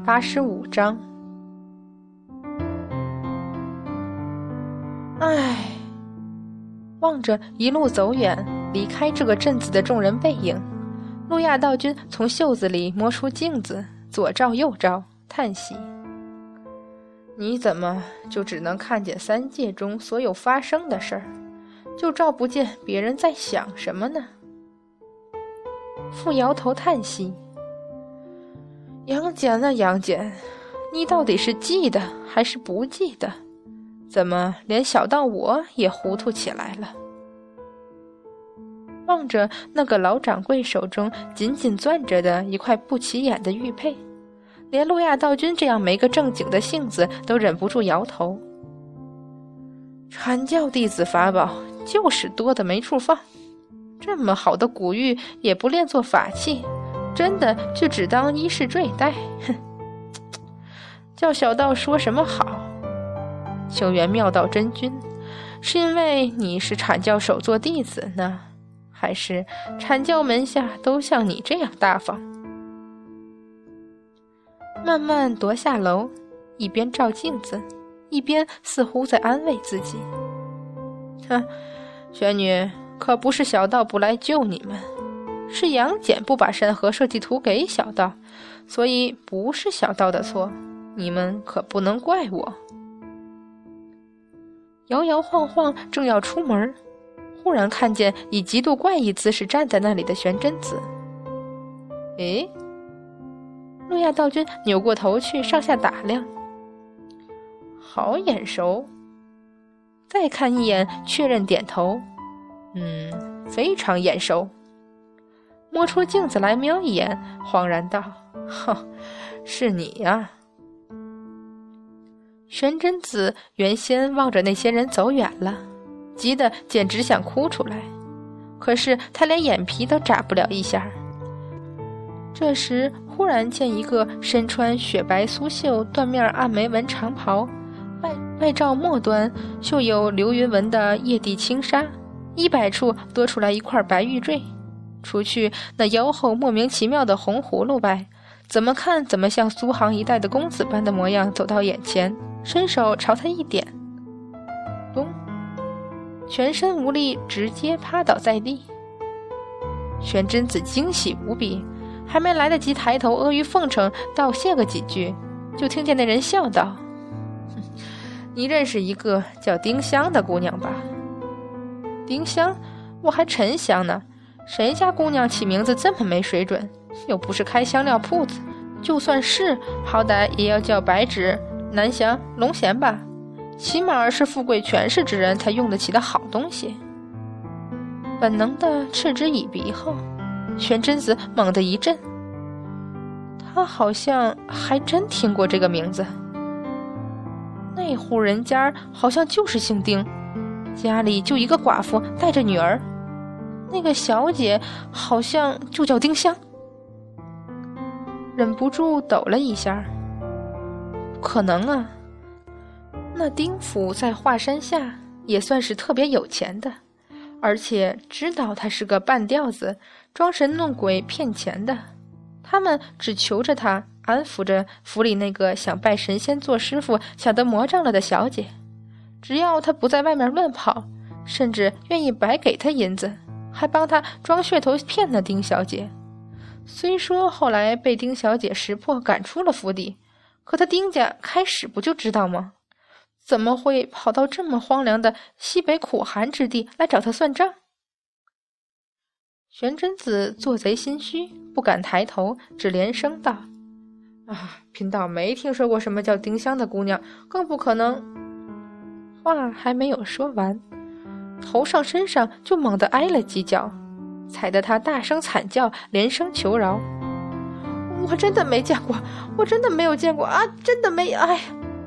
85章。唉，望着一路走远离开这个镇子的众人背影，路亚道君从袖子里摸出镜子，左照右照，叹息：你怎么就只能看见三界中所有发生的事儿，就照不见别人在想什么呢？父摇头叹息：杨戬啊杨戬，你到底是记得还是不记得？怎么连小到我也糊涂起来了？望着那个老掌柜手中紧紧攥着的一块不起眼的玉佩，连路亚道君这样没个正经的性子都忍不住摇头。阐教弟子法宝就是多的没处放，这么好的古玉也不练作法器，真的就只当衣饰坠戴。哼，叫小道说什么好？求原妙道真君，是因为你是阐教首座弟子呢，还是阐教门下都像你这样大方？慢慢踱下楼，一边照镜子，一边似乎在安慰自己。玄女，可不是小道不来救你们，是杨戬不把山河设计图给小道，所以不是小道的错，你们可不能怪我。摇摇晃晃正要出门，忽然看见以极度怪异姿势站在那里的玄真子。诶，路亚道君扭过头去上下打量，好眼熟。再看一眼确认点头，非常眼熟。摸出镜子来瞄一眼，恍然道：哼，是你呀。玄真子原先望着那些人走远了，急得简直想哭出来，可是他连眼皮都眨不了一下。这时忽然见一个身穿雪白苏绣缎面暗眉纹长袍，外罩末端绣有流云纹的叶地轻纱，100处多出来一块白玉坠，除去那腰后莫名其妙的红葫芦外，怎么看怎么像苏杭一带的公子般的模样，走到眼前，伸手朝他一点，咚，全身无力，直接趴倒在地。玄真子惊喜无比，还没来得及抬头阿谀奉承道谢个几句，就听见那人笑道：你认识一个叫丁香的姑娘吧？丁香？我还沉香呢，谁家姑娘起名字这么没水准，又不是开香料铺子，就算是好歹也要叫白芷、南香、龙涎吧，起码是富贵权势之人才用得起的好东西。本能的嗤之以鼻后，玄真子猛地一震，他好像还真听过这个名字。那户人家好像就是姓丁，家里就一个寡妇带着女儿，那个小姐好像就叫丁香。忍不住抖了一下，不可能啊，那丁府在华山下也算是特别有钱的，而且知道他是个半吊子，装神弄鬼骗钱的，他们只求着他，安抚着府里那个想拜神仙做师傅想得魔怔了的小姐，只要他不在外面乱跑，甚至愿意白给他银子，还帮他装噱头骗了丁小姐。虽说后来被丁小姐识破赶出了府邸，可他丁家开始不就知道吗？怎么会跑到这么荒凉的西北苦寒之地来找他算账？玄真子做贼心虚，不敢抬头，只连声道：贫道没听说过什么叫丁香的姑娘，更不可能。话还没有说完，头上身上就猛地挨了几脚，踩得他大声惨叫，连声求饶：我真的没见过，我真的没有见过啊，真的没。哎，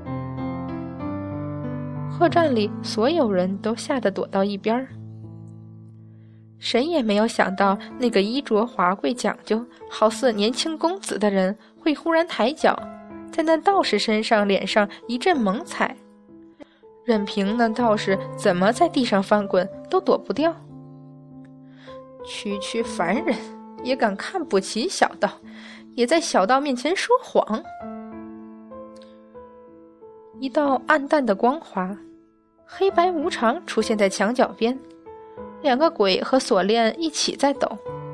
客栈里所有人都吓得躲到一边，谁也没有想到那个衣着华贵讲究好似年轻公子的人会忽然抬脚，在那道士身上脸上一阵猛踩，任凭那道士怎么在地上翻滚都躲不掉。区区凡人也敢看不起小道，也在小道面前说谎。 一道暗淡的光华，黑白无常出现在墙角边，两个鬼和锁链一起在抖。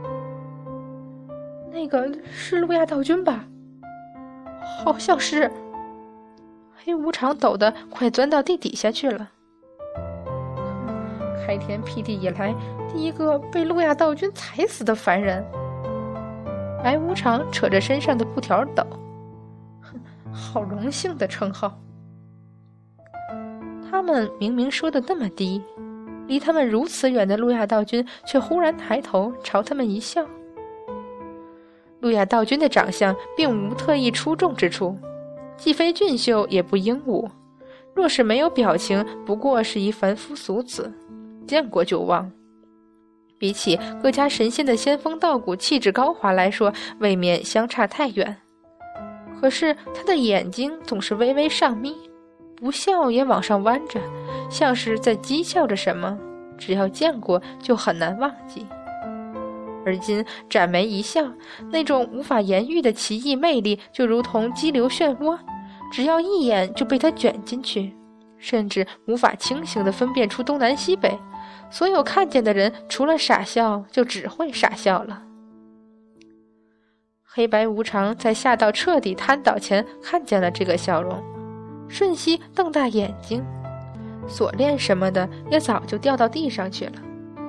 那个是路亚道君吧？好像是。黑无常抖得快钻到地底下去了。开天辟地以来第一个被路亚道君踩死的凡人。白无常扯着身上的布条抖，好荣幸的称号。他们明明说的那么低，离他们如此远的路亚道君却忽然抬头朝他们一笑。路亚道君的长相并无特异出众之处，既非俊秀也不英武，若是没有表情，不过是一凡夫俗子，见过就忘。比起各家神仙的仙风道骨、气质高华来说，未免相差太远。可是他的眼睛总是微微上眯，不笑也往上弯着，像是在讥笑着什么，只要见过就很难忘记。而今展眉一笑，那种无法言喻的奇异魅力就如同激流漩涡，只要一眼就被他卷进去，甚至无法清醒地分辨出东南西北。所有看见的人除了傻笑就只会傻笑了。黑白无常在吓到彻底瘫倒前看见了这个笑容，瞬息瞪大眼睛，锁链什么的也早就掉到地上去了。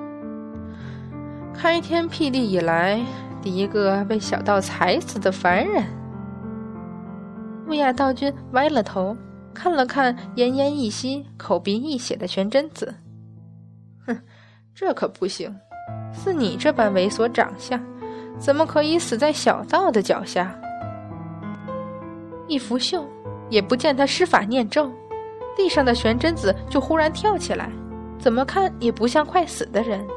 开天辟地以来第一个被小道踩死的凡人。路亚道君歪了头看了看奄奄一息、口鼻溢血的玄真子，哼，这可不行，似你这般猥琐长相，怎么可以死在小道的脚下？一拂袖，也不见他施法念咒，地上的玄真子就忽然跳起来，怎么看也不像快死的人。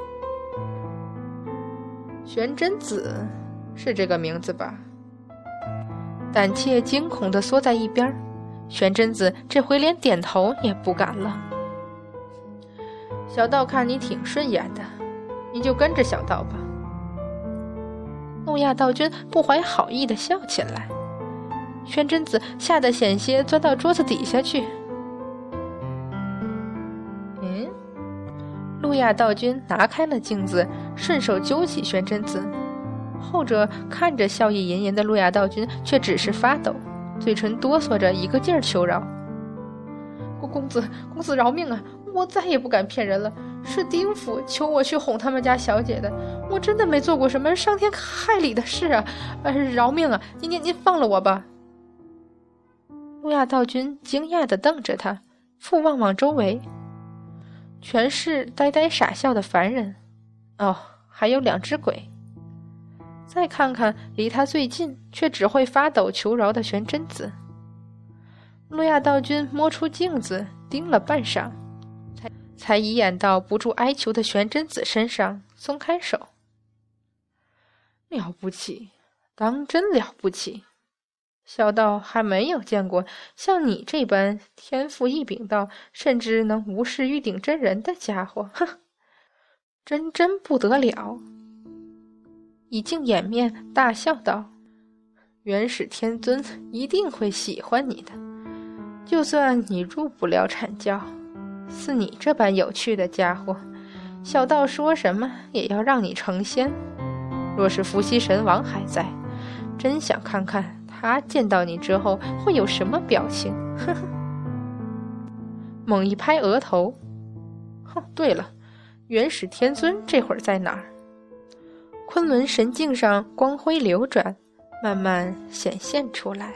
玄真子是这个名字吧？胆怯惊恐地缩在一边，玄真子这回连点头也不敢了。小道看你挺顺眼的，你就跟着小道吧。路亚道君不怀好意地笑起来，玄真子吓得险些钻到桌子底下去。路亚道君拿开了镜子，顺手揪起玄真子，后者看着笑意吟吟的路亚道君，却只是发抖，嘴唇哆嗦着一个劲儿求饶：公子饶命啊！我再也不敢骗人了，是丁府求我去哄他们家小姐的，我真的没做过什么伤天害理的事啊！饶命啊！您放了我吧！路亚道君惊讶地瞪着他，复望望周围，全是呆呆傻笑的凡人。哦，还有两只鬼。再看看离他最近却只会发抖求饶的玄真子，路亚道君摸出镜子盯了半晌，才移眼到不住哀求的玄真子身上，松开手。了不起，当真了不起，小道还没有见过像你这般天赋异禀到甚至能无视玉鼎真人的家伙，哼，真不得了。一镜掩面大笑道：元始天尊一定会喜欢你的，就算你入不了阐教，似你这般有趣的家伙，小道说什么也要让你成仙。若是伏羲神王还在，真想看看他见到你之后会有什么表情。呵呵。猛一拍额头，对了，元始天尊这会儿在哪儿？昆仑神镜上光辉流转，慢慢显现出来。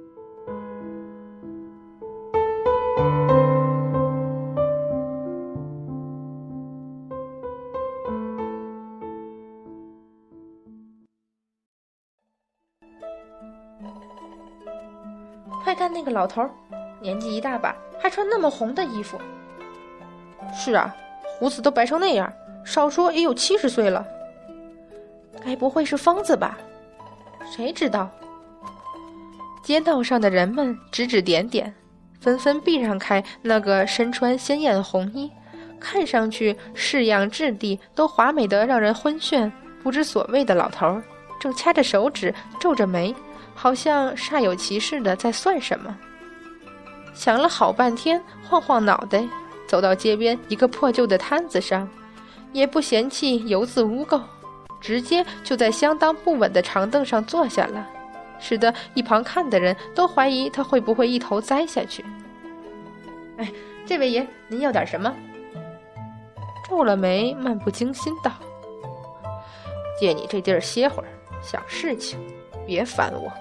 快看那个老头，年纪一大把，还穿那么红的衣服。是啊，胡子都白成那样，少说也有70岁了。该不会是疯子吧？谁知道？街道上的人们指指点点，纷纷避让开那个身穿鲜艳红衣，看上去式样质地都华美得让人昏眩不知所谓的老头，正掐着手指皱着眉，好像煞有其事的在算什么。 想了好半天，晃晃脑袋，走到街边一个破旧的摊子上，也不嫌弃油渍污垢，直接就在相当不稳的长凳上坐下了，使得一旁看的人都怀疑他会不会一头栽下去。哎，这位爷，您要点什么？皱了眉，漫不经心道：借你这地儿歇会儿，想事情，别烦我。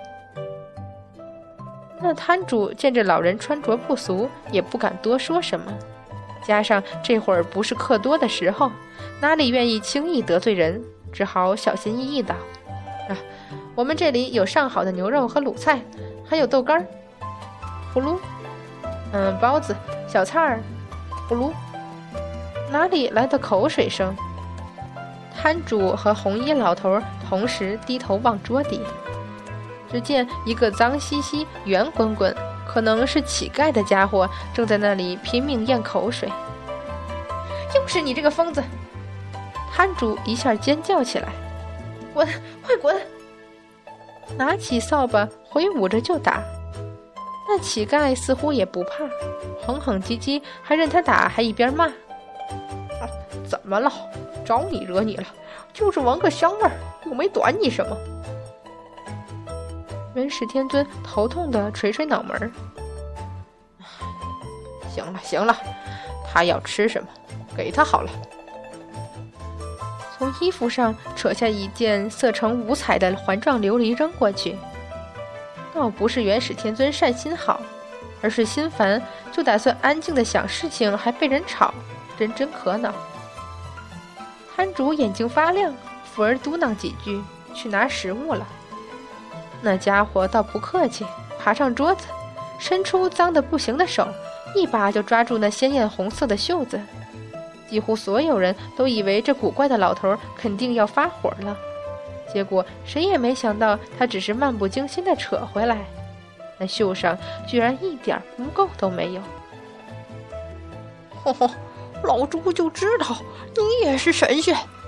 那摊主见这老人穿着不俗，也不敢多说什么，加上这会儿不是客多的时候，哪里愿意轻易得罪人，只好小心翼翼道：我们这里有上好的牛肉和卤菜，还有豆干。呼噜，包子、小菜儿。呼噜，哪里来的口水声？摊主和红衣老头同时低头望桌底，只见一个脏兮兮、圆滚滚，可能是乞丐的家伙，正在那里拼命咽口水。又是你这个疯子！摊主一下尖叫起来：滚，快滚！拿起扫把挥舞着就打。那乞丐似乎也不怕，哼哼唧唧，还任他打，还一边骂：怎么了？招你惹你了？就是闻个香味儿，又没短你什么。元始天尊头痛地捶捶脑门。行了行了，他要吃什么，给他好了。从衣服上扯下一件色成五彩的环状琉璃扔过去。倒不是元始天尊善心好，而是心烦，就打算安静地想事情，还被人吵，真可恼。摊主眼睛发亮，附而嘟囔几句，去拿食物了。那家伙倒不客气，爬上桌子，伸出脏得不行的手，一把就抓住那鲜艳红色的袖子。几乎所有人都以为这古怪的老头肯定要发火了，结果谁也没想到他只是漫不经心地扯回来，那袖上居然一点污垢都没有。 老猪就知道你也是神仙。